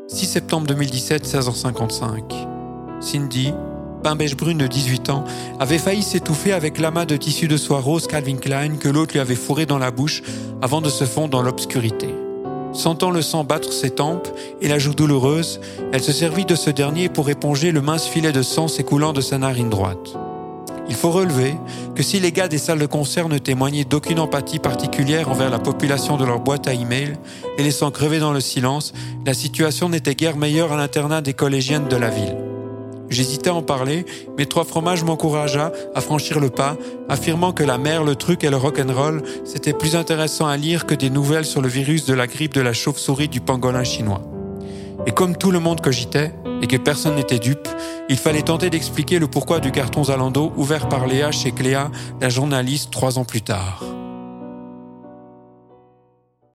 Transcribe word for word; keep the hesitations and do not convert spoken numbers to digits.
six septembre deux mille dix-sept, seize heures cinquante-cinq. Cindy, pain beige brune de dix-huit ans, avait failli s'étouffer avec l'amas de tissu de soie rose Calvin Klein que l'autre lui avait fourré dans la bouche avant de se fondre dans l'obscurité. Sentant le sang battre ses tempes et la joue douloureuse, elle se servit de ce dernier pour éponger le mince filet de sang s'écoulant de sa narine droite. Il faut relever que si les gars des salles de concert ne témoignaient d'aucune empathie particulière envers la population de leur boîte à e-mail, les laissant crever dans le silence, la situation n'était guère meilleure à l'internat des collégiennes de la ville. J'hésitais à en parler, mais Trois Fromages m'encouragea à franchir le pas, affirmant que la mer, le truc et le rock'n'roll, c'était plus intéressant à lire que des nouvelles sur le virus de la grippe de la chauve-souris du pangolin chinois. Et comme tout le monde cogitait, et que personne n'était dupe, il fallait tenter d'expliquer le pourquoi du carton Zalando ouvert par Léa chez Cléa, la journaliste, trois ans plus tard.